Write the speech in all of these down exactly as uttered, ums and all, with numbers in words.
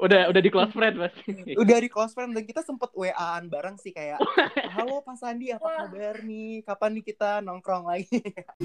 Udah udah di close friend pasti. Udah di close friend dan kita sempet W A-an bareng sih kayak, halo Pak Sandi apa kabar nih? Kapan nih kita nongkrong lagi?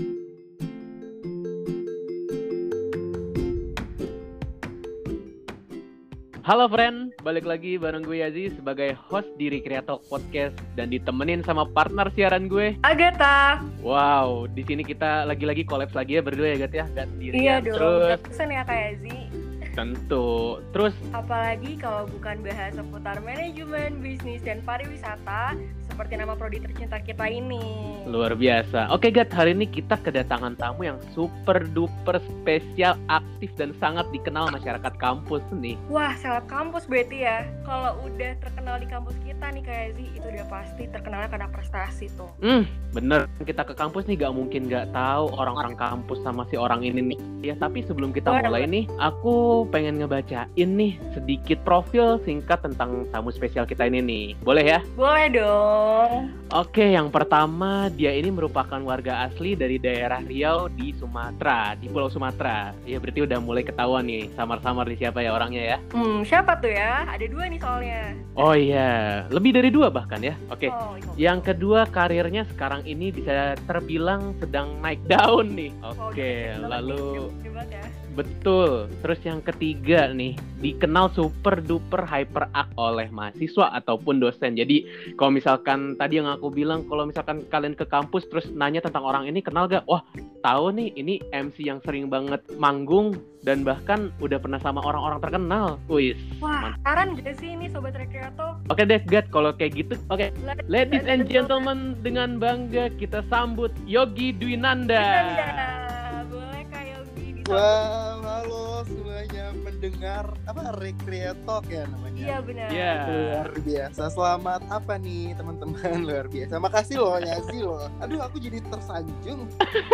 Halo friend, balik lagi bareng gue Yazi sebagai host di Recreatalk Podcast dan ditemenin sama partner siaran gue Agatha. Wow, di sini kita lagi-lagi collabs lagi ya berdua ya Gat ya, gak sendirian. Iya dong, terus pesan ya Kak Yazi. Tentu. Terus apalagi kalau bukan bahas seputar manajemen, bisnis, dan pariwisata seperti nama prodi tercinta kita ini. Luar biasa. Oke Gat, hari ini kita kedatangan tamu yang super duper spesial, aktif dan sangat dikenal masyarakat kampus nih. Wah, seleb kampus berarti ya. Kalau udah terkenal di kampus kita nih Kak Yazi, itu udah pasti terkenalnya karena prestasi tuh. Hmm, bener. Kita ke kampus nih gak mungkin gak tahu orang-orang kampus sama si orang ini nih. Ya, tapi sebelum kita Boleh, mulai boleh. nih, aku pengen ngebacain nih sedikit profil singkat tentang tamu spesial kita ini nih. Boleh ya? Boleh dong. Oke, yang pertama dia ini merupakan warga asli dari daerah Riau di Sumatera, di Pulau Sumatera. Ya berarti udah mulai ketahuan nih samar-samar di siapa ya orangnya ya. Hmm, siapa tuh ya? Ada dua nih soalnya. Oh iya, lebih dari dua bahkan ya. Oke. Oh, itu. Yang kedua karirnya sekarang ini bisa terbilang sedang naik daun nih. Oh, Oke, udah, lalu hebat ya. betul. Terus yang ketiga nih, dikenal super duper hyper act oleh mahasiswa ataupun dosen. Jadi kalau misalkan tadi yang aku bilang, kalau misalkan kalian ke kampus terus nanya tentang orang ini kenal gak? Wah, tahu nih, ini M C yang sering banget manggung dan bahkan udah pernah sama orang-orang terkenal. Wih. Wah, saran gitu sih ini Sobat Recreatalk. Oke deh, Gat, kalau kayak gitu. Oke, ladies and gentlemen, dengan bangga kita sambut Yogi Dwinanda. Dwinanda. Boleh Kak Yogi disambut. Wow, halo semuanya pendengar apa Recreatalk ya namanya. Iya benar. Ya. Luar biasa. Selamat apa nih teman-teman, luar biasa. Makasih loh Yazi loh. Aduh aku jadi tersanjung.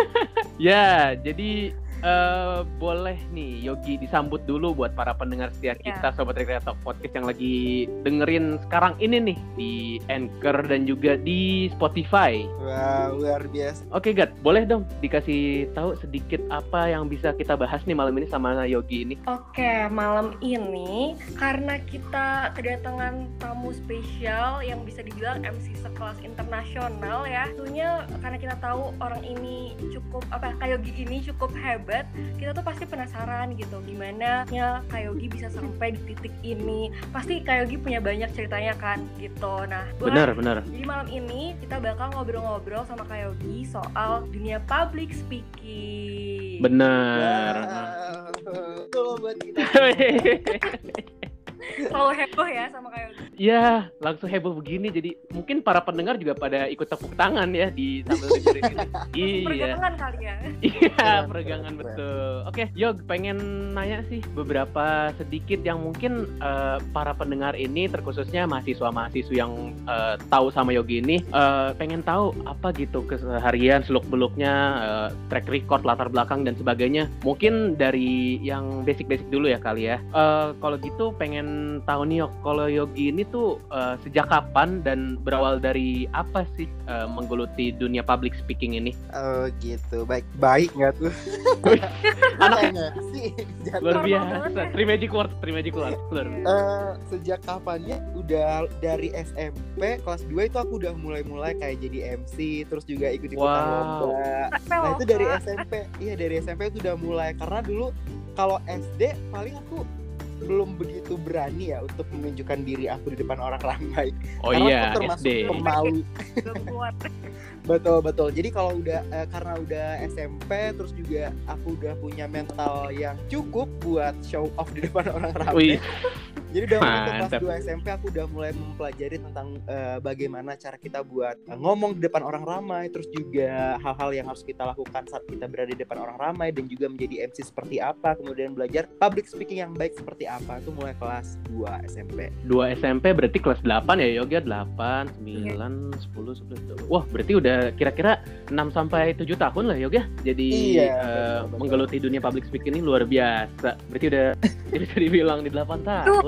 Ya, jadi eh, boleh nih Yogi disambut dulu buat para pendengar setia kita Sobat Recreatalk Podcast yang lagi dengerin sekarang ini nih di Anchor dan juga di Spotify. Wow, luar biasa. Oke Gat, boleh dong dikasih tahu sedikit apa yang bisa kita bahas nih malam ini sama Yogi ini. Oke, malam ini karena kita kedatangan tamu spesial yang bisa dibilang M C sekelas internasional ya. Tentunya karena kita tahu orang ini cukup apa Kak Yogi ini cukup hebat, kita tuh pasti penasaran gitu gimana ya Kak Yogi bisa sampai di titik ini. Pasti Kak Yogi punya banyak ceritanya kan gitu. Nah, Benar, benar. jadi malam ini kita bakal ngobrol-ngobrol sama Kak Yogi soal dunia public speaking. Benar. Wow. Itu loh buat kita. Selalu heboh ya sama Kak Yogi. Ya, langsung heboh begini jadi mungkin para pendengar juga pada ikut tepuk tangan ya di sambil dengerin ini. Iya. Pergangan kali ya. Iya, Keren, peregangan keren. betul. Oke, Yog, pengen nanya sih beberapa sedikit yang mungkin eh, para pendengar ini, terkhususnya mahasiswa-mahasiswa yang eh, tahu sama Yogi ini, eh, pengen tahu apa gitu keseharian, seluk-beluknya, eh, track record, latar belakang dan sebagainya. Mungkin dari yang basic-basic dulu ya kali ya. Eh, kalau gitu pengen tahu nih Yog, kalau Yogi ini tuh eh, sejak kapan dan berawal dari apa sih eh, menggeluti dunia public speaking ini? Oh gitu, baik baik nggak tuh? Anaknya Nggak sih. Jatuh. luar Normal biasa. banget ya. Three magic word, three magic word. Luar biasa. Eh, sejak kapannya udah dari S M P kelas dua itu aku udah mulai-mulai kayak jadi M C terus juga ikut-ikutan Wow. lomba. Nah itu dari S M P, iya dari S M P itu udah mulai karena dulu kalau S D paling aku belum begitu berani ya untuk menunjukkan diri aku di depan orang ramai. Oh Karena iya, aku termasuk S D. pemalu. Belum kuat. Betul betul. Jadi kalau udah eh, karena udah S M P terus juga aku udah punya mental yang cukup buat show off di depan orang ramai. Wih, Jadi udah mulai kelas Mantap. dua S M P aku udah mulai mempelajari tentang eh, bagaimana cara kita buat eh, ngomong di depan orang ramai, terus juga hal-hal yang harus kita lakukan saat kita berada di depan orang ramai dan juga menjadi M C seperti apa, kemudian belajar public speaking yang baik seperti apa. Itu mulai kelas dua S M P. dua S M P berarti kelas delapan ya Yogi, delapan, sembilan, sepuluh, sebelas. Wah, berarti udah kira-kira enam sampai tujuh tahun lah Yogi ya. Jadi Iya, eh, betul, betul. menggeluti dunia public speaking ini luar biasa. Berarti udah bisa dibilang di delapan tahun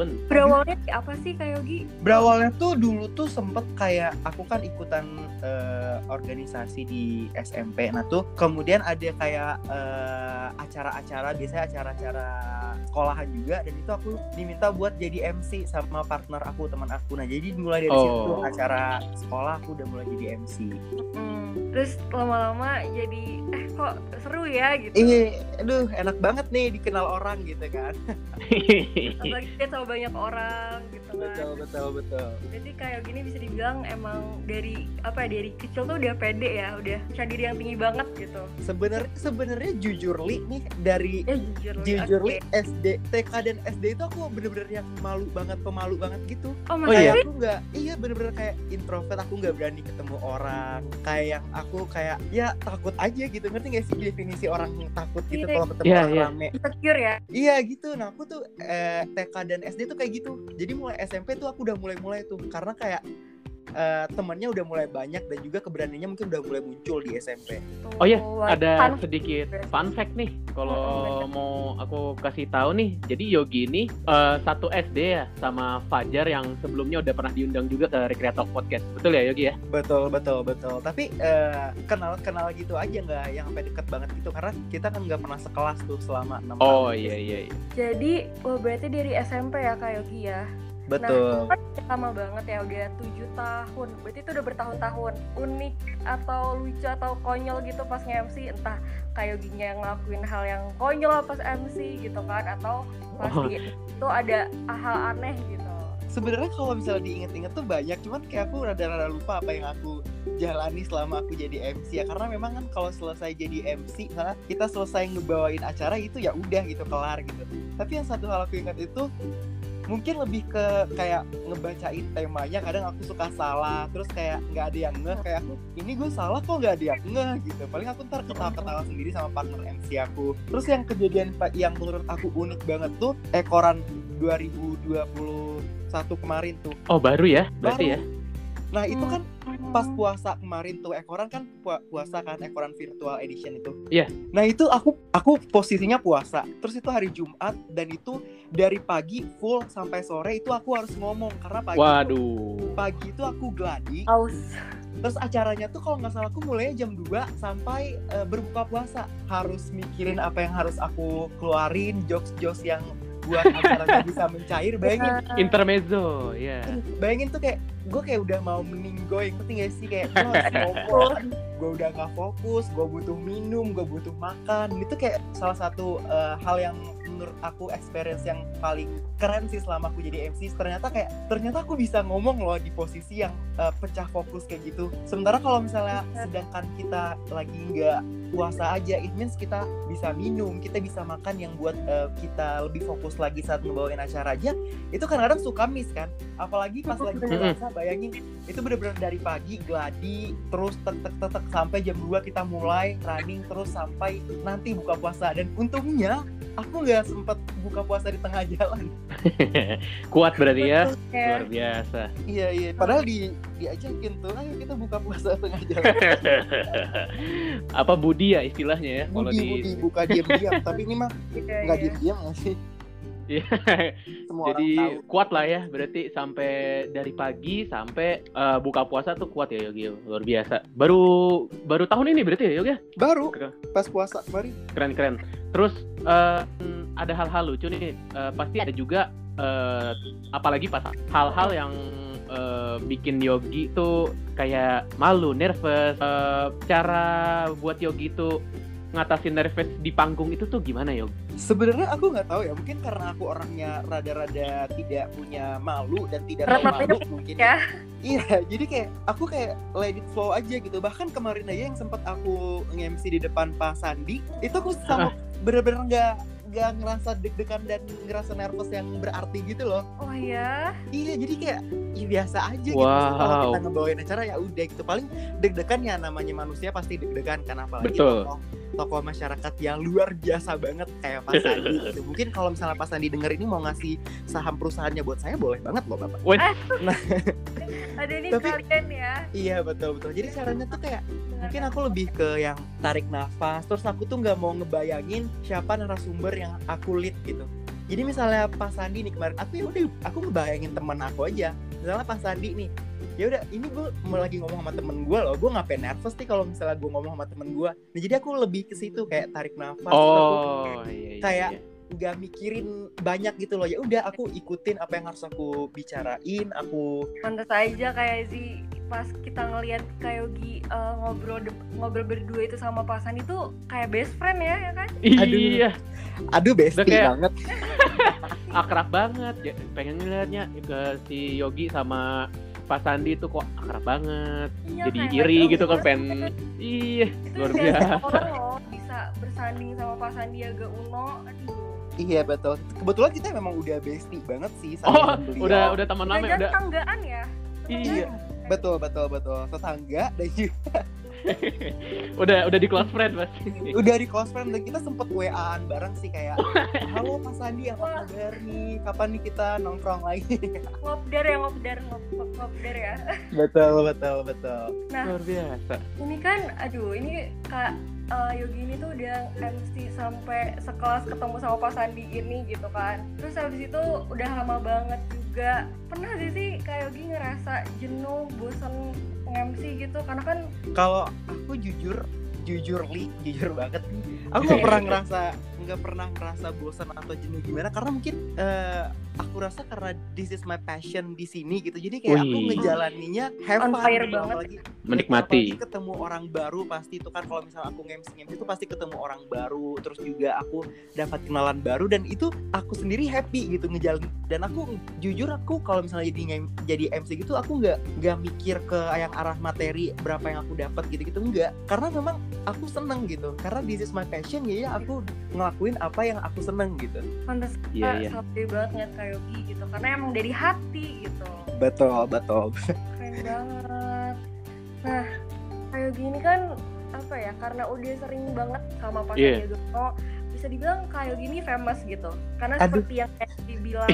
John? Berawalnya apa sih Kak Yogi? Berawalnya tuh dulu tuh sempet kayak aku kan ikutan uh, organisasi di S M P. Nah tuh kemudian ada kayak uh, acara-acara, biasanya acara-acara sekolahan juga, dan itu aku diminta buat jadi M C sama partner aku, teman aku. Nah jadi mulai dari Oh. situ acara sekolah aku udah mulai jadi M C. Hmm. Terus lama-lama jadi eh kok seru ya gitu. Iya, aduh enak banget nih dikenal orang gitu kan. Apalagi dia sama banyak orang gitu kan. Betul betul betul. Jadi kayak gini bisa dibilang emang dari apa ya, dari kecil tuh udah pede ya, udah percaya diri yang tinggi banget gitu. Sebenarnya sebenarnya jujur li nih dari Ya jujur Li, jujur oke. li S D, T K dan S D itu aku bener-bener yang malu banget, pemalu banget gitu. Oh, Oh, masa iya? sih? Aku nggak, iya bener-bener kayak introvert, aku nggak berani ketemu orang. Kayak yang aku kayak ya takut aja gitu, ngerti nggak sih definisi orang yang takut gitu Iya. kalau ketemu Iya, orang iya. rame. Insecure ya? Iya gitu. Nah aku tuh eh, T K dan S D tuh kayak gitu. Jadi mulai S M P tuh aku udah mulai-mulai tuh karena kayak eh, temannya udah mulai banyak dan juga keberaniannya mungkin udah mulai muncul di S M P. Oh iya, Tuh, ada fun sedikit fun fact nih. Kalau Hmm, mau aku kasih tahu nih, jadi Yogi ini eh, satu S D ya sama Fajar yang sebelumnya udah pernah diundang juga ke Recreate Talk Podcast. Betul ya Yogi ya? Betul betul betul. Tapi eh, kenal kenal gitu aja, nggak yang sampai deket banget gitu karena kita kan nggak pernah sekelas tuh selama enam tahun. Oh iya iya iya. Jadi, oh berarti dari S M P ya Kak Yogi ya? Betul. Nah, kan lama banget ya, udah tujuh tahun. Berarti itu udah bertahun-tahun. Unik atau lucu atau konyol gitu pas nge-M C, entah Kak Yoginya yang ngelakuin hal yang konyol pas M C gitu kan, atau pas Oh. di itu ada hal aneh gitu. Sebenarnya kalau misalnya diinget-inget tuh banyak, cuman kayak aku rada-rada lupa apa yang aku jalani selama aku jadi M C ya, karena memang kan kalau selesai jadi M C, ha, kita selesai ngebawain acara itu ya udah gitu, kelar gitu. Tapi yang satu hal aku ingat itu mungkin lebih ke kayak ngebacain temanya, kadang aku suka salah, terus kayak nggak ada yang ngeh, kayak aku ini gue salah kok nggak ada yang ngeh gitu. Paling aku ntar ketawa-ketawa sendiri sama partner M C aku. Terus yang kejadian yang menurut aku unik banget tuh ekoran dua ribu dua puluh satu kemarin tuh. Oh baru ya, berarti Baru. ya? Nah itu Hmm. kan pas puasa kemarin tuh, ekoran kan pu- puasa kan, ekoran virtual edition itu. Iya. Nah itu aku aku posisinya puasa. Terus itu hari Jumat dan itu dari pagi full sampai sore itu aku harus ngomong karena pagi Waduh. pagi itu aku gladi. Aus. Terus acaranya tuh kalau nggak salah aku mulainya jam dua sampai eh, berbuka puasa. Harus mikirin apa yang harus aku keluarin, jokes-jokes yang buat acaranya bisa mencair. Bayangin Intermezzo, ya. bayangin tuh kayak gue kayak udah mau meninggoy, ngerti gak sih, kayak gue harus ngomong, gue udah gak fokus, gue butuh minum, gue butuh makan. Itu kayak salah satu uh, hal yang menurut aku experience yang paling keren sih selama aku jadi M C. Ternyata kayak ternyata aku bisa ngomong loh di posisi yang uh, pecah fokus kayak gitu. Sementara kalau misalnya sedangkan kita lagi nggak puasa aja, it means kita bisa minum, kita bisa makan yang buat uh, kita lebih fokus lagi saat ngebawain acara aja. Itu kadang-kadang suka miss kan, apalagi pas lagi puasa. Bayangin itu bener-bener dari pagi gladi terus tek-tek-tek sampai jam dua kita mulai running terus sampai nanti buka puasa. Dan untungnya aku nggak sempet buka puasa di tengah jalan. Kuat berarti ya. Ya. Luar biasa. Iya iya. Padahal di diajakin tuh, ayo kita buka puasa tengah jalan. Apa budi ya istilahnya ya kalau Budi di budi buka diam-diam. Tapi ini mah Iya, nggak iya. diam-diam nggak sih? Iya. Semua Jadi orang tahu. kuat lah ya, berarti sampai dari pagi sampai uh, buka puasa tuh kuat ya Yogi, luar biasa. Baru baru tahun ini berarti ya Yogi? Baru Keren pas puasa kemarin. keren. Terus uh, ada hal-hal lucu nih, uh, pasti ada juga uh, apalagi pas hal-hal yang uh, bikin Yogi tuh kayak malu, nervous. Uh, cara buat Yogi tuh ngatasin nervous di panggung itu tuh gimana Yogi? Sebenarnya aku nggak tahu ya, mungkin karena aku orangnya rada-rada tidak punya malu dan tidak Berat tahu makanya malu mungkin ya. Iya, jadi kayak aku kayak let it flow aja gitu. Bahkan kemarin aja yang sempat aku nge-M C di depan Pak Sandi, itu aku sama bener-bener nggak nggak ngerasa deg-degan dan ngerasa nervous yang berarti gitu loh. Oh ya. Iya, jadi kayak ya biasa aja gitu. Wow. Kalau kita ngebawain acara ya udah gitu. Paling deg-degan ya, namanya manusia pasti deg-degan kan, apalagi Betul. tokoh tokoh masyarakat yang luar biasa banget kayak Pak Sandi gitu. Mungkin kalau misalnya Pak Sandi denger ini mau ngasih saham perusahaannya buat saya, boleh banget loh Bapak. Ada nih Tapi- kalian ya. Iya betul betul. Jadi caranya tuh kayak mungkin aku lebih ke yang tarik nafas. Terus aku tuh nggak mau ngebayangin siapa narasumber yang aku lead gitu. Jadi misalnya Pak Sandi nih kemarin, aku ya udah aku ngebayangin teman aku aja. Misalnya Pak Sandi nih, ya udah ini gue mau lagi ngomong sama temen gue loh, gue ngapain nervous nih kalau misalnya gue ngomong sama temen gue. Nah jadi aku lebih ke situ kayak tarik nafas. Oh iya, iya, kayak iya. nggak mikirin banyak gitu loh. Ya udah aku ikutin apa yang harus aku bicarain. Aku Pantas aja kayak Zi pas kita ngelihat Kak Yogi uh, ngobrol de- ngobrol berdua itu sama Pak Sandi tuh kayak best friend ya, ya kan? Iya, aduh bestie Udah kayak- banget. akrab banget. Ya, pengen ngeliatnya ke si Yogi sama Pak Sandi tuh kok akrab banget. Iya, Jadi kayak iri like, gitu oh, kan, pengen iya, itu luar biasa biasa. orang loh bisa bersanding sama Pak Sandiaga Uno. Aduh. Iya betul. Kebetulan kita memang udah bestie banget sih Oh, sama beliau. udah udah teman lama ya, Udah udah. tetanggaan ya. Iya. Betul betul betul. Tetangga dan juga udah udah di close friend Mas. udah di close friend dan kita sempet W A-an bareng sih kayak halo Pak Sandi, apa kabar nih? Kapan nih kita nongkrong lagi? Ngobder ya, ngobder, ngob, ngob, ngobder ya. betul betul betul. Nah, Luar biasa. ini kan, aduh, ini Kak uh, Yogi ini tuh udah M C sampai sekelas ketemu sama Pak Sandi ini gitu kan. Terus habis itu udah lama banget juga. Pernah gak sih Kak Yogi ngerasa jenuh, bosan nge-M C gitu? Karena kan Kalau aku jujur jujur li jujur banget aku nggak pernah ngerasa nggak pernah ngerasa bosan atau jenuh gimana, karena mungkin uh, aku rasa karena this is my passion di sini gitu, jadi kayak aku Wih. ngejalaninya have On fun fire gitu. banget. Apalagi Menikmati. apalagi ketemu orang baru pasti itu kan, kalau misalnya aku nge-M C nge-M C itu pasti ketemu orang baru, terus juga aku dapat kenalan baru dan itu aku sendiri happy gitu ngejalan. Dan aku jujur aku kalau misalnya jadi nge- jadi M C gitu aku nggak nggak mikir ke yang arah materi berapa yang aku dapat gitu-gitu, enggak, karena memang aku seneng gitu, karena this is my passion, ya ya aku ngelakuin apa yang aku seneng gitu. pantas Iya, Kak iya. sampai banget ngeliat Kak Yogi gitu. Karena emang dari hati gitu. Betul betul. Keren banget. Nah, Kak Yogi ini kan apa ya, karena udah sering banget sama Pak Iya. Sandiaga Uno, bisa dibilang Kak Yogi ini famous gitu. Karena Aduh. seperti yang kayak dibilang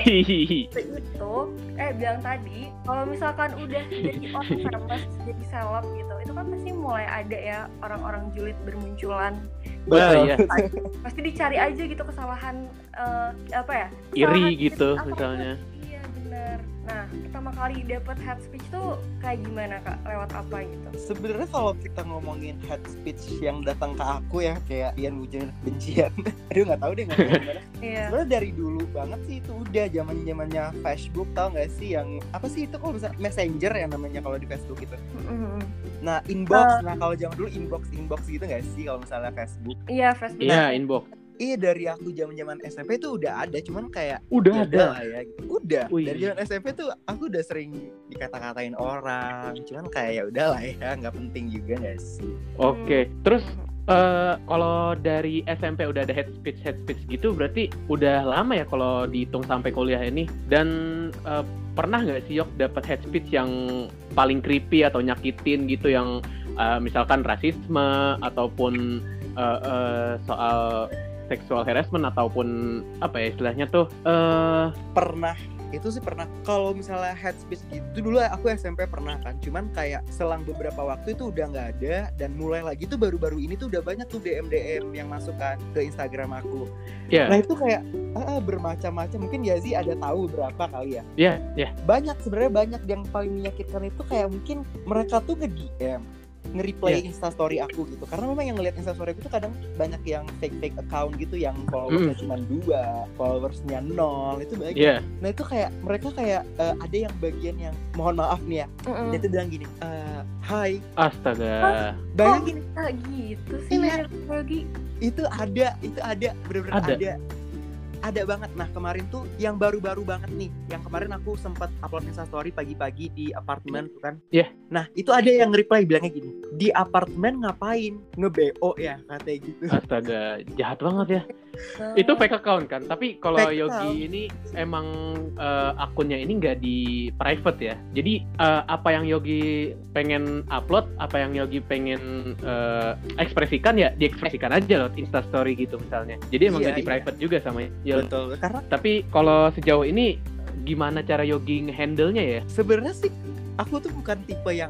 itu, eh bilang tadi, kalau misalkan udah jadi orang famous, jadi seleb gitu, itu kan pasti mulai ada ya orang-orang julid bermunculan. Wah, Betul. iya. Pasti dicari aja gitu kesalahan eh, apa ya? Iri kesalahan gitu apa misalnya. tuh? Iya benar. Nah, pertama kali dapat head speech tuh kayak gimana Kak? Lewat apa gitu? Sebenarnya kalau kita ngomongin head speech yang datang ke aku ya kayak Ian Wujan kebencian, aduh nggak tahu deh ngomong gimana. Iya. Sebenarnya dari dulu banget sih itu udah zaman zamannya Facebook, tau nggak sih yang apa sih itu kalau misalnya Messenger ya namanya kalau di Facebook itu. Mm-mm. Nah inbox, Uh. nah kalau zaman dulu inbox inbox gitu nggak sih kalau misalnya Facebook. Iya, Facebook. Iya, inbox. Iya dari aku zaman zaman S M P tuh udah ada, cuman kayak Udah ya ada. lah ya gitu. Udah Wih. dari zaman S M P tuh aku udah sering dikata-katain orang, cuman kayak ya udahlah ya nggak penting juga nggak sih. Oke. Terus eh, kalau dari S M P udah ada head speech head speech gitu, berarti udah lama ya kalau dihitung sampai kuliah ini. Dan eh, pernah nggak sih Yok dapat head speech yang paling creepy atau nyakitin gitu, yang eh, misalkan rasisme ataupun eh, eh, soal sexual harassment ataupun apa ya istilahnya tuh eh Pernah, itu sih pernah. Kalau misalnya head speech gitu dulu aku S M P pernah kan, cuman kayak selang beberapa waktu itu udah nggak ada, dan mulai lagi tuh baru-baru ini tuh udah banyak tuh D M D M yang masuk kan ke Instagram aku. ya Nah itu kayak ah, bermacam-macam, mungkin ya sih ada tahu berapa kali ya. ya ya Banyak sebenarnya, banyak yang paling menyakitkan itu kayak mungkin mereka tuh nge-D M nge-replay Yeah. instastory aku gitu, karena memang yang ngeliat instastory aku tuh kadang banyak yang fake-fake account gitu yang followersnya Mm. cuma dua, followersnya nol, itu banyak. ya Nah itu kayak mereka kayak eh, ada yang bagian yang mohon maaf nih ya, Mm-mm. dia tuh bilang gini, eh, hai, astaga. bayangin Ah, gitu sih Iya. Kak Yogi. itu ada, itu ada, bener-bener Ada. ada. Ada banget. Nah kemarin tuh yang baru-baru banget nih, yang kemarin aku sempat upload instastory pagi-pagi di apartemen tuh kan. Iya. Nah itu ada yang reply bilangnya gini, di apartemen ngapain, nge-B O ya katanya gitu. Astaga, jahat banget ya. Itu fake account kan, tapi kalau Fake Yogi account. ini emang eh, akunnya ini nggak di private ya. Jadi eh, apa yang Yogi pengen upload, apa yang Yogi pengen eh, ekspresikan ya diekspresikan aja lewat Instastory gitu misalnya. Jadi emang Iya, nggak di iya. private juga sama ya. Betul, karena Tapi kalau sejauh ini gimana cara Yogi nge-handle-nya ya? sebenarnya sih aku tuh bukan tipe yang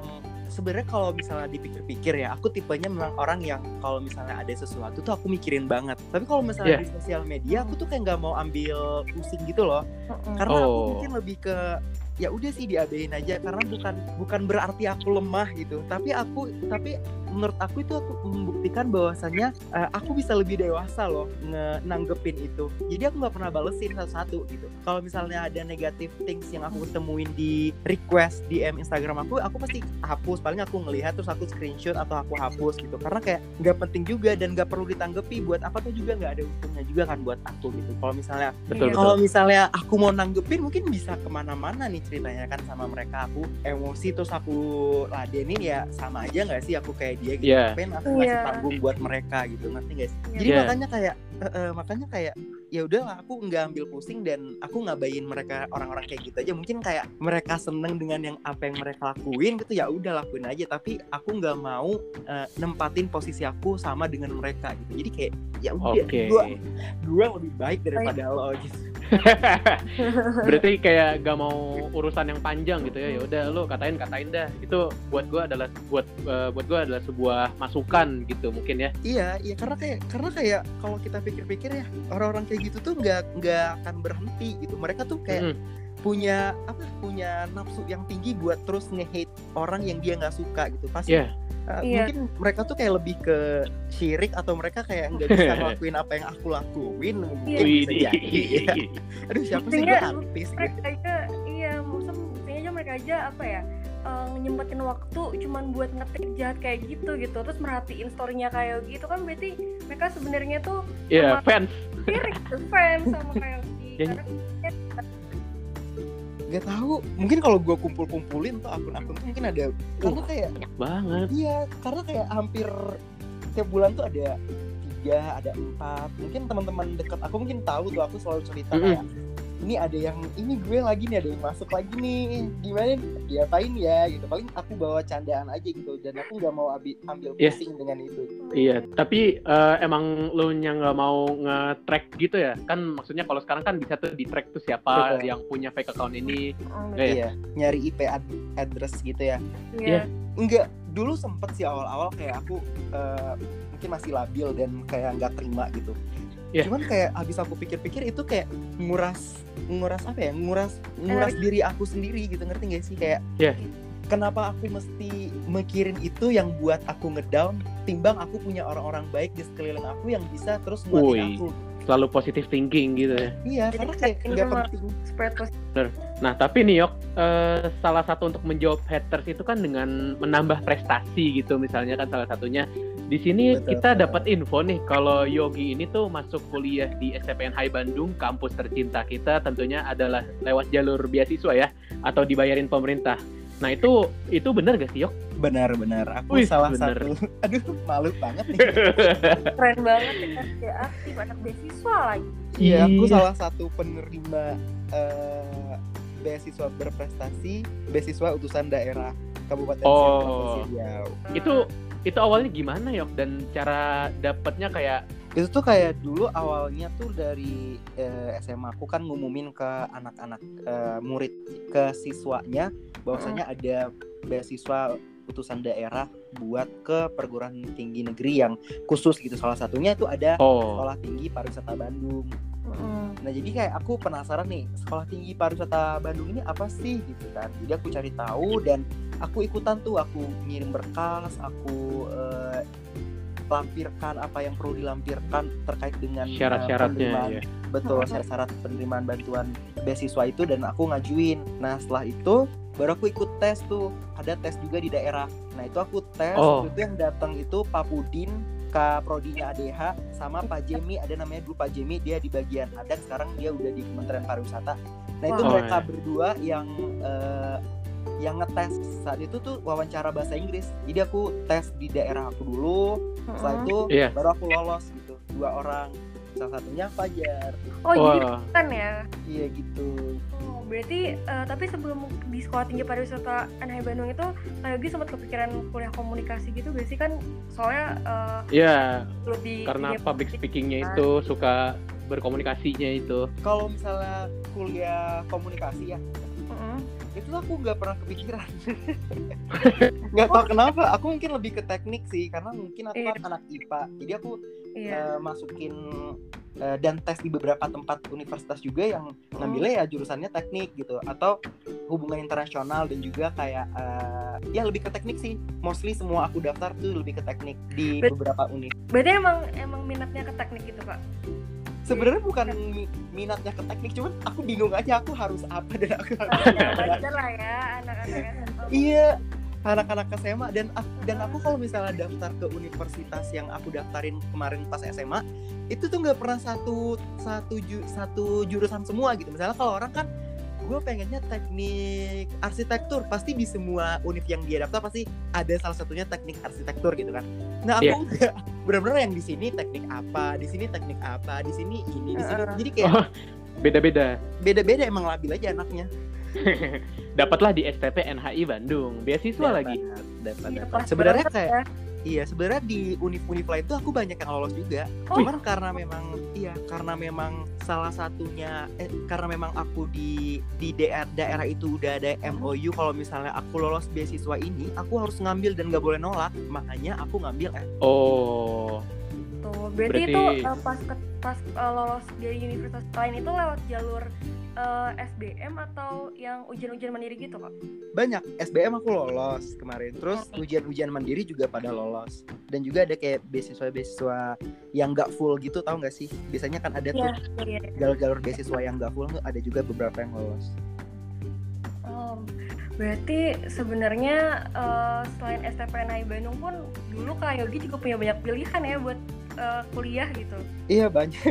sebenarnya kalau misalnya dipikir-pikir ya, aku tipenya memang orang yang kalau misalnya ada sesuatu tuh aku mikirin banget. Tapi kalau misalnya Yeah. di sosial media aku tuh kayak nggak mau ambil pusing gitu loh. Mm-mm. Karena aku Oh. mungkin lebih ke ya udah sih diabein aja, karena bukan bukan berarti aku lemah gitu. Tapi aku tapi menurut aku itu aku membuktikan bahwasannya eh, aku bisa lebih dewasa loh nge- nanggepin itu. Jadi aku nggak pernah balesin satu-satu gitu. Kalau misalnya ada negative things yang aku temuin di request D M Instagram aku, aku pasti hapus. Paling aku ngelihat terus aku screenshot atau aku hapus gitu. Karena kayak nggak penting juga dan nggak perlu ditanggepi. Buat apa tuh juga nggak ada untungnya juga kan buat aku gitu. Kalau misalnya Betul, Iya. kalau betul. misalnya aku mau nanggepin mungkin bisa kemana-mana nih ceritanya kan sama mereka. Aku emosi terus aku ladenin ya sama aja nggak sih aku kayak dia gitu. Iya. Ngapain aku ngasih Iya. tanggung buat mereka gitu, ngerti nggak sih? Iya. Jadi Iya. makanya kayak eh, eh, makanya kayak ya udahlah aku nggak ambil pusing dan aku ngabain mereka orang-orang kayak gitu aja. Mungkin kayak mereka seneng dengan yang apa yang mereka lakuin gitu, ya udah lakuin aja. Tapi aku nggak mau eh, nempatin posisi aku sama dengan mereka gitu. Jadi kayak ya udah Oke. gua gua lebih baik daripada lo gitu. Berarti kayak gak mau urusan yang panjang gitu ya. Ya udah lu katain katain dah. Itu buat gua adalah buat eh, buat gua adalah sebuah masukan gitu mungkin ya. Iya, iya karena kayak karena kayak kalau kita pikir-pikir ya orang-orang kayak gitu tuh nggak nggak akan berhenti gitu. Mereka tuh kayak Mm. punya apa? Punya nafsu yang tinggi buat terus nge-hate orang yang dia nggak suka gitu. Pasti Iya. uh, Iya. mungkin mereka tuh kayak lebih ke syirik atau mereka kayak nggak bisa ngelakuin apa yang aku lakuin mungkin Iya. bisa Widih. jadi. Iya. Aduh siapa sih gue Buktinya- artis gitu. mereka aja iya maksudnya buktinya aja mereka aja apa ya eh, nyempetin waktu cuman buat ngetik jahat kayak gitu gitu terus merhatiin storynya kayak gitu kan berarti mereka sebenarnya tuh Iya, Sama- fans. sirik tuh fans sama kayak Jadi- karena Gak tahu. Mungkin kalau gue kumpul-kumpulin tuh akun-akun tuh mungkin ada karena kayak Banyak banget. iya, karena kayak hampir tiap bulan tuh ada tiga, ada empat. Mungkin teman-teman dekat aku mungkin tahu tuh aku selalu cerita Mm-mm. kayak ini ada yang ini gue lagi nih ada yang masuk lagi nih gimana diapain ya gitu. Paling aku bawa candaan aja gitu dan aku nggak mau abi- ambil Iya. pusing dengan itu. Iya, tapi eh, emang lu nya nggak mau nge-track gitu ya? Kan maksudnya kalau sekarang kan bisa tuh di-track tuh siapa Betul. yang punya fake account ini. mm, Nggak ya? Iya, nyari I P ad- address gitu ya. iya Enggak, dulu sempet sih awal-awal kayak aku eh, mungkin masih labil dan kayak nggak terima gitu. Iya. Cuman kayak abis aku pikir-pikir itu kayak nguras nguras apa ya? Nguras nguras diri aku sendiri gitu, ngerti gak sih kayak Iya. kenapa aku mesti mikirin itu yang buat aku ngedown timbang aku punya orang-orang baik di sekeliling aku yang bisa terus Woi. nguatin aku. Selalu positive thinking gitu ya. Iya, Jadi karena kayak ini nggak mah- penting. spread positif Nah, tapi nih Yok, eh, salah satu untuk menjawab haters itu kan dengan menambah prestasi gitu misalnya kan salah satunya. Di sini Betul, kita betul. dapat info nih kalau Yogi ini tuh masuk kuliah di S T P N H I Bandung, kampus tercinta kita tentunya adalah lewat jalur beasiswa ya atau dibayarin pemerintah. Nah, itu itu benar gak sih Yok? Benar-benar aku Wih, salah bener. satu. Aduh, malu banget nih. keren banget ya dia aktif anak beasiswa lagi Iya, aku salah satu penerima eh, beasiswa berprestasi, beasiswa utusan daerah Kabupaten Oh. Siak Provinsi Riau. Itu itu awalnya gimana Yok dan cara dapatnya kayak Itu tuh kayak dulu awalnya tuh dari eh, S M A aku kan ngumumin ke anak-anak eh, murid ke siswanya bahwasanya ada beasiswa utusan daerah buat ke perguruan tinggi negeri yang khusus gitu. Salah satunya itu ada oh Sekolah Tinggi Pariwisata Bandung. Mm-mm. Nah jadi kayak aku penasaran nih Sekolah Tinggi Pariwisata Bandung ini apa sih gitu kan. Jadi aku cari tahu dan aku ikutan tuh, aku ngirim berkas, aku eh, lampirkan apa yang perlu dilampirkan terkait dengan eh, syarat-syaratnya penerimaan- ya. betul Mhm. syarat-syarat penerimaan bantuan beasiswa itu dan aku ngajuin. Nah setelah itu baru aku ikut tes tuh, ada tes juga di daerah. Nah itu aku tes, Oh. itu yang datang itu Pak Pudin, Kak Prodinya A D H, sama Pak Jemi, ada namanya dulu Pak Jemi, dia di bagian adat, sekarang dia udah di Kementerian Pariwisata. Nah itu Oh, mereka iya. berdua yang eh, yang ngetes saat itu tuh wawancara bahasa Inggris. Jadi aku tes di daerah aku dulu, setelah Mm-mm. itu Iya. baru aku lolos gitu, dua orang, salah satunya Fajar. oh jadi Wah. kan ya Iya gitu. Oh, berarti eh, tapi sebelum di Sekolah Tinggi Pariwisata N H I Bandung itu Kak Yogi sempat kepikiran kuliah komunikasi gitu gak sih kan soalnya eh, Ya, lebih karena dunia public politik. speakingnya itu suka berkomunikasinya itu. Kalau misalnya kuliah komunikasi ya, Mm-mm. itu aku nggak pernah kepikiran. Nggak tahu kenapa, aku mungkin lebih ke teknik sih, karena mungkin aku kan Iya. anak I P A, jadi aku Iya. eh, masukin eh, dan tes di beberapa tempat universitas juga yang ngambilnya ya jurusannya teknik gitu, atau hubungan internasional, dan juga kayak eh, ya lebih ke teknik sih. Mostly semua aku daftar tuh lebih ke teknik di Bet- beberapa univ. Berarti emang emang minatnya ke teknik gitu Kak? Sebenarnya bukan mi- minatnya ke teknik, cuman aku bingung aja aku harus apa dan aku harus Ya apa. wajar lah ya anak-anak S M A. Iya, anak-anak S M A, dan dan aku kalau misalnya daftar ke universitas yang aku daftarin kemarin pas S M A, itu tuh nggak pernah satu satu ju, satu jurusan semua gitu. Misalnya kalau orang kan, gue pengennya teknik arsitektur, pasti di semua univ yang dia daftar pasti ada salah satunya teknik arsitektur gitu kan. Nah aku Iya. enggak, benar-benar yang di sini teknik apa, di sini teknik apa, di sini ini, di sini. Uh-uh. Jadi kayak Oh, beda-beda. beda-beda, emang labil aja anaknya. Dapatlah di S T P N H I Bandung, beasiswa lagi. Dapat, Iya, dapat. pas Sebenarnya banget kayak ya. iya, sebenarnya di univ-univ lain tuh aku banyak yang lolos juga. Oh. Cuman karena memang iya, karena memang salah satunya eh, karena memang aku di di daerah, daerah itu udah ada M O U kalau misalnya aku lolos beasiswa ini, aku harus ngambil dan gak boleh nolak. Makanya aku ngambil eh, Oh, Tuh, berarti, Berarti- itu uh, pas ke, pas uh, lolos dari universitas lain itu lewat jalur uh, S B M atau yang ujian-ujian mandiri gitu Kak? banyak. S B M aku lolos kemarin. Terus ujian-ujian mandiri juga pada lolos. Dan juga ada kayak beasiswa-beasiswa yang gak full gitu, tahu gak sih? Biasanya kan ada tuh Iya, iya. jalur-jalur beasiswa yang gak full, ada juga beberapa yang lolos. Oh, berarti sebenarnya uh, selain S T P N H I Bandung pun dulu Kak Yogi juga punya banyak pilihan ya buat uh, kuliah gitu. Iya, banyak.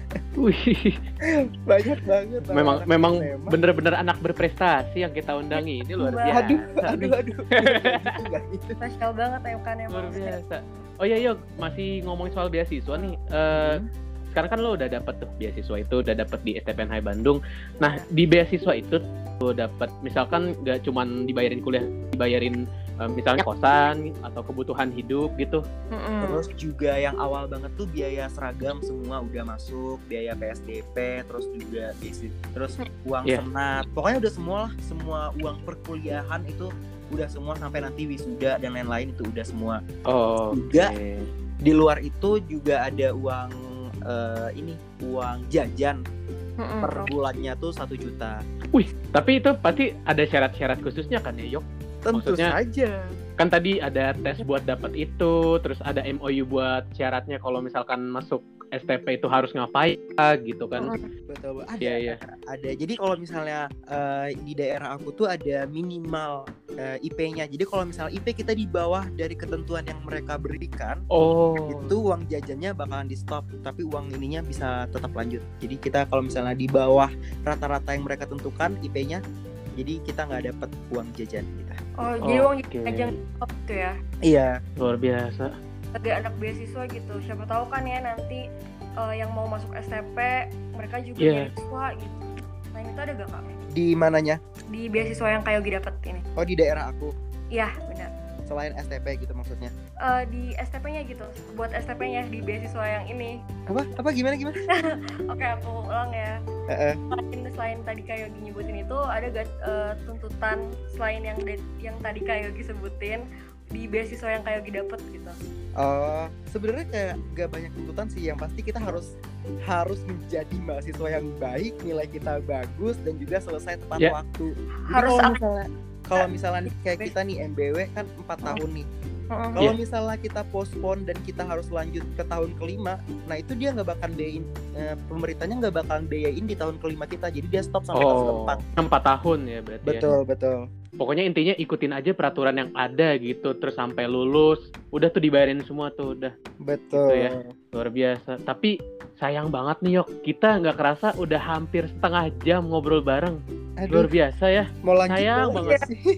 wih, Banyak banget. memang anak-anak memang S M A. bener-bener anak berprestasi yang kita undangi ini luar Wah. biasa. Aduh, aduh, nih. aduh. Gitu, nggak gitu. Spesial banget ya kan emang. Luar biasa. Oh iya, yuk masih ngomongin soal beasiswa nih. Eh, Hmm. Sekarang kan lo udah dapet tuh beasiswa itu, udah dapet di S T P N H I Bandung. Nah, di beasiswa itu lo dapet, misalkan gak cuman dibayarin kuliah, dibayarin eh, misalnya kosan atau kebutuhan hidup gitu. Mm-mm. Terus juga yang awal banget tuh biaya seragam semua udah masuk, biaya P S D P, terus juga basic, terus uang Iya. senat. Pokoknya udah semua lah, semua uang perkuliahan itu udah semua, sampai nanti wisuda dan lain-lain itu udah semua. Oh, Juga oke. di luar itu juga ada uang eh, ini, uang jajan Mm-mm. per bulannya tuh satu juta. Wih, tapi itu pasti ada syarat-syarat khususnya kan ya, Yok? Tentu Maksudnya- saja. Kan tadi ada tes buat dapat itu, terus ada M O U buat syaratnya kalau misalkan masuk S T P itu harus ngapain gitu kan. Mm-mm. Betul, ada, Iya, iya. ada. Jadi kalau misalnya eh, di daerah aku tuh ada minimal eh, I P-nya. Jadi kalau misalnya I P kita di bawah dari ketentuan yang mereka berikan, Oh. itu uang jajannya bakalan di stop, tapi uang ininya bisa tetap lanjut. Jadi kita kalau misalnya di bawah rata-rata yang mereka tentukan I P-nya, jadi kita nggak dapat uang jajan kita. Oh, jadi uang Oke. jajan gitu ya. Iya, Luar biasa. Sebagai anak beasiswa gitu. Siapa tahu kan ya nanti uh, yang mau masuk S T P mereka juga Iya. nyari siswa gitu. Nah, itu ada gak Kak? di mananya? Di beasiswa yang Kak Yogi dapat ini? Oh, di daerah aku. Iya, benar. Selain S T P gitu maksudnya. Uh, di S T P-nya gitu. Buat S T P-nya di beasiswa yang ini. Apa? Apa gimana gimana? Oke, aku ulang ya. Heeh. Selain, selain tadi Kak Yogi nyebutin itu, ada gak uh, tuntutan selain yang de- yang tadi Kak Yogi sebutin di beasiswa yang Kak Yogi dapet gitu? Oh, sebenarnya kayak gak banyak tuntutan sih. Yang pasti kita harus harus menjadi mahasiswa yang baik, nilai kita bagus, dan juga selesai tepat Ya. waktu. Jadi Harus kalau ak- misalnya kalau misalnya nih, kayak kita nih M B W kan empat tahun nih. Heeh. Kalau Iya. misalnya kita postpone dan kita harus lanjut ke tahun kelima, nah itu dia nggak bakal biayain, eh, pemerintahnya nggak bakal biayain di tahun kelima kita, jadi dia stop sampai tahun Oh, keempat. empat tahun ya berarti ya. Betul betul. Pokoknya intinya ikutin aja peraturan yang ada gitu, terus sampai lulus, udah tuh dibayarin semua tuh, udah Betul. Gitu ya. luar biasa. Tapi sayang banget nih Yok, kita nggak kerasa udah hampir setengah jam ngobrol bareng. Luar Aduh, biasa ya. mau lanjut sayang boleh banget. nggak sih?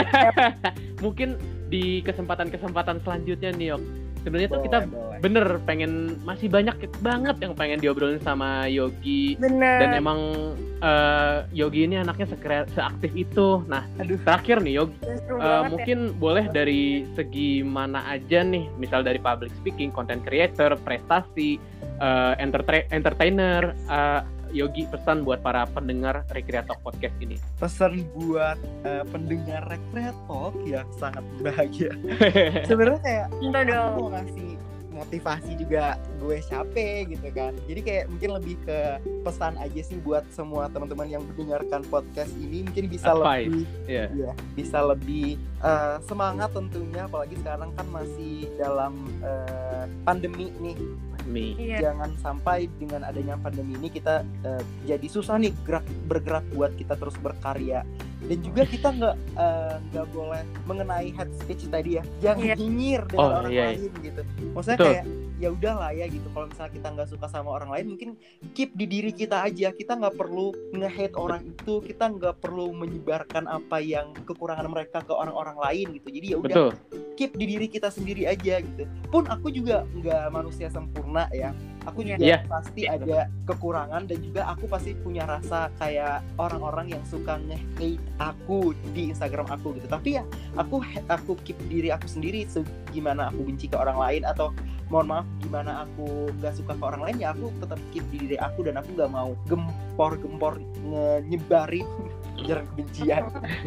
Mungkin di kesempatan-kesempatan selanjutnya nih Yok, sebenarnya tuh kita Boleh, boleh. bener pengen, masih banyak banget yang pengen diobrolin sama Yogi. Bener. Dan emang eh, Yogi ini anaknya sekre- seaktif itu. Nah, Aduh. terakhir nih Yogi, Seru eh, banget ya. mungkin boleh dari segi mana aja nih, misal dari public speaking, content creator, prestasi, eh, entertra- entertainer, eh, Yogi pesan buat para pendengar Rekreatok Podcast ini? Pesan buat uh, pendengar Rekreatok yang sangat bahagia. Sebenarnya kayak Entah aku dong. mau ngasih motivasi juga gue capek gitu kan. Jadi kayak mungkin lebih ke pesan aja sih buat semua teman-teman yang mendengarkan podcast ini, mungkin bisa Advice. lebih Yeah. ya, bisa lebih uh, semangat tentunya, apalagi sekarang kan masih dalam uh, pandemi nih. Me. Iya. Jangan sampai dengan adanya pandemi ini kita uh, jadi susah nih gerak bergerak buat kita terus berkarya. Dan juga kita nggak uh, nggak boleh mengenai hate speech tadi ya, jangan Iya. nyinyir dengan Oh, orang iya. lain gitu. Maksudnya Betul. kayak ya udahlah ya gitu. Kalau misalnya kita nggak suka sama orang lain, mungkin keep di diri kita aja. Kita nggak perlu nge-hate orang itu. Kita nggak perlu menyebarkan apa yang kekurangan mereka ke orang-orang lain gitu. Jadi ya udah, Betul. keep di diri kita sendiri aja gitu. Pun aku juga nggak manusia sempurna ya. Aku juga Iya. pasti ada kekurangan, dan juga aku pasti punya rasa kayak orang-orang yang suka nge-hate aku di Instagram aku gitu. Tapi ya aku aku keep diri aku sendiri. Gimana aku benci ke orang lain, atau mohon maaf gimana aku nggak suka ke orang lain, ya aku tetap keep di diri aku, dan aku nggak mau gempor-gempor nyebarin ujaran kebencian.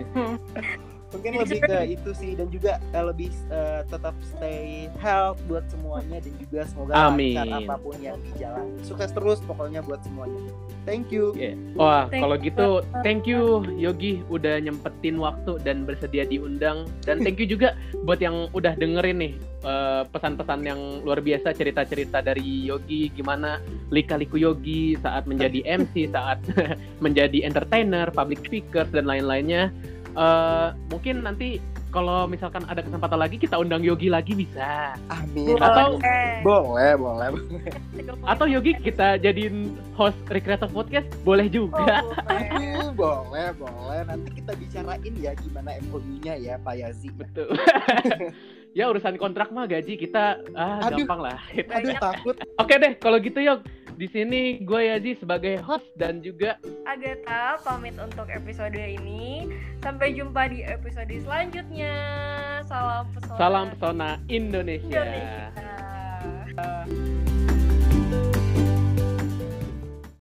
Mungkin Jadi lebih ke sebenarnya- itu sih, dan juga uh, lebih uh, tetap stay health buat semuanya, dan juga semoga Amin. lancar apapun yang dijalani. Sukses terus pokoknya buat semuanya. Thank you. Yeah. Wah, Thank kalau you gitu banget. thank you Yogi udah nyempetin waktu dan bersedia diundang, dan thank you juga buat yang udah dengerin nih eh, pesan-pesan yang luar biasa, cerita-cerita dari Yogi, gimana lika-liku Yogi saat menjadi M C, saat menjadi entertainer, public speaker dan lain-lainnya. Eh, mungkin nanti kalau misalkan ada kesempatan lagi kita undang Yogi lagi bisa. Amin. Atau- Eh, boleh, boleh. Atau Yogi kita jadiin host Rekreator Podcast boleh juga. oh, boleh. Aduh, boleh, boleh. Nanti kita bicarain ya gimana M O U-nya ya, Pak Yazi. Betul. Ya urusan kontrak mah gaji kita ah Aduh. gampang lah. Aduh, takut. Oke deh kalau gitu Yog. Di sini gue Yazi sebagai host dan juga Agatha pamit untuk episode ini. Sampai jumpa di episode selanjutnya. Salam pesona. salam pesona Indonesia. Indonesia.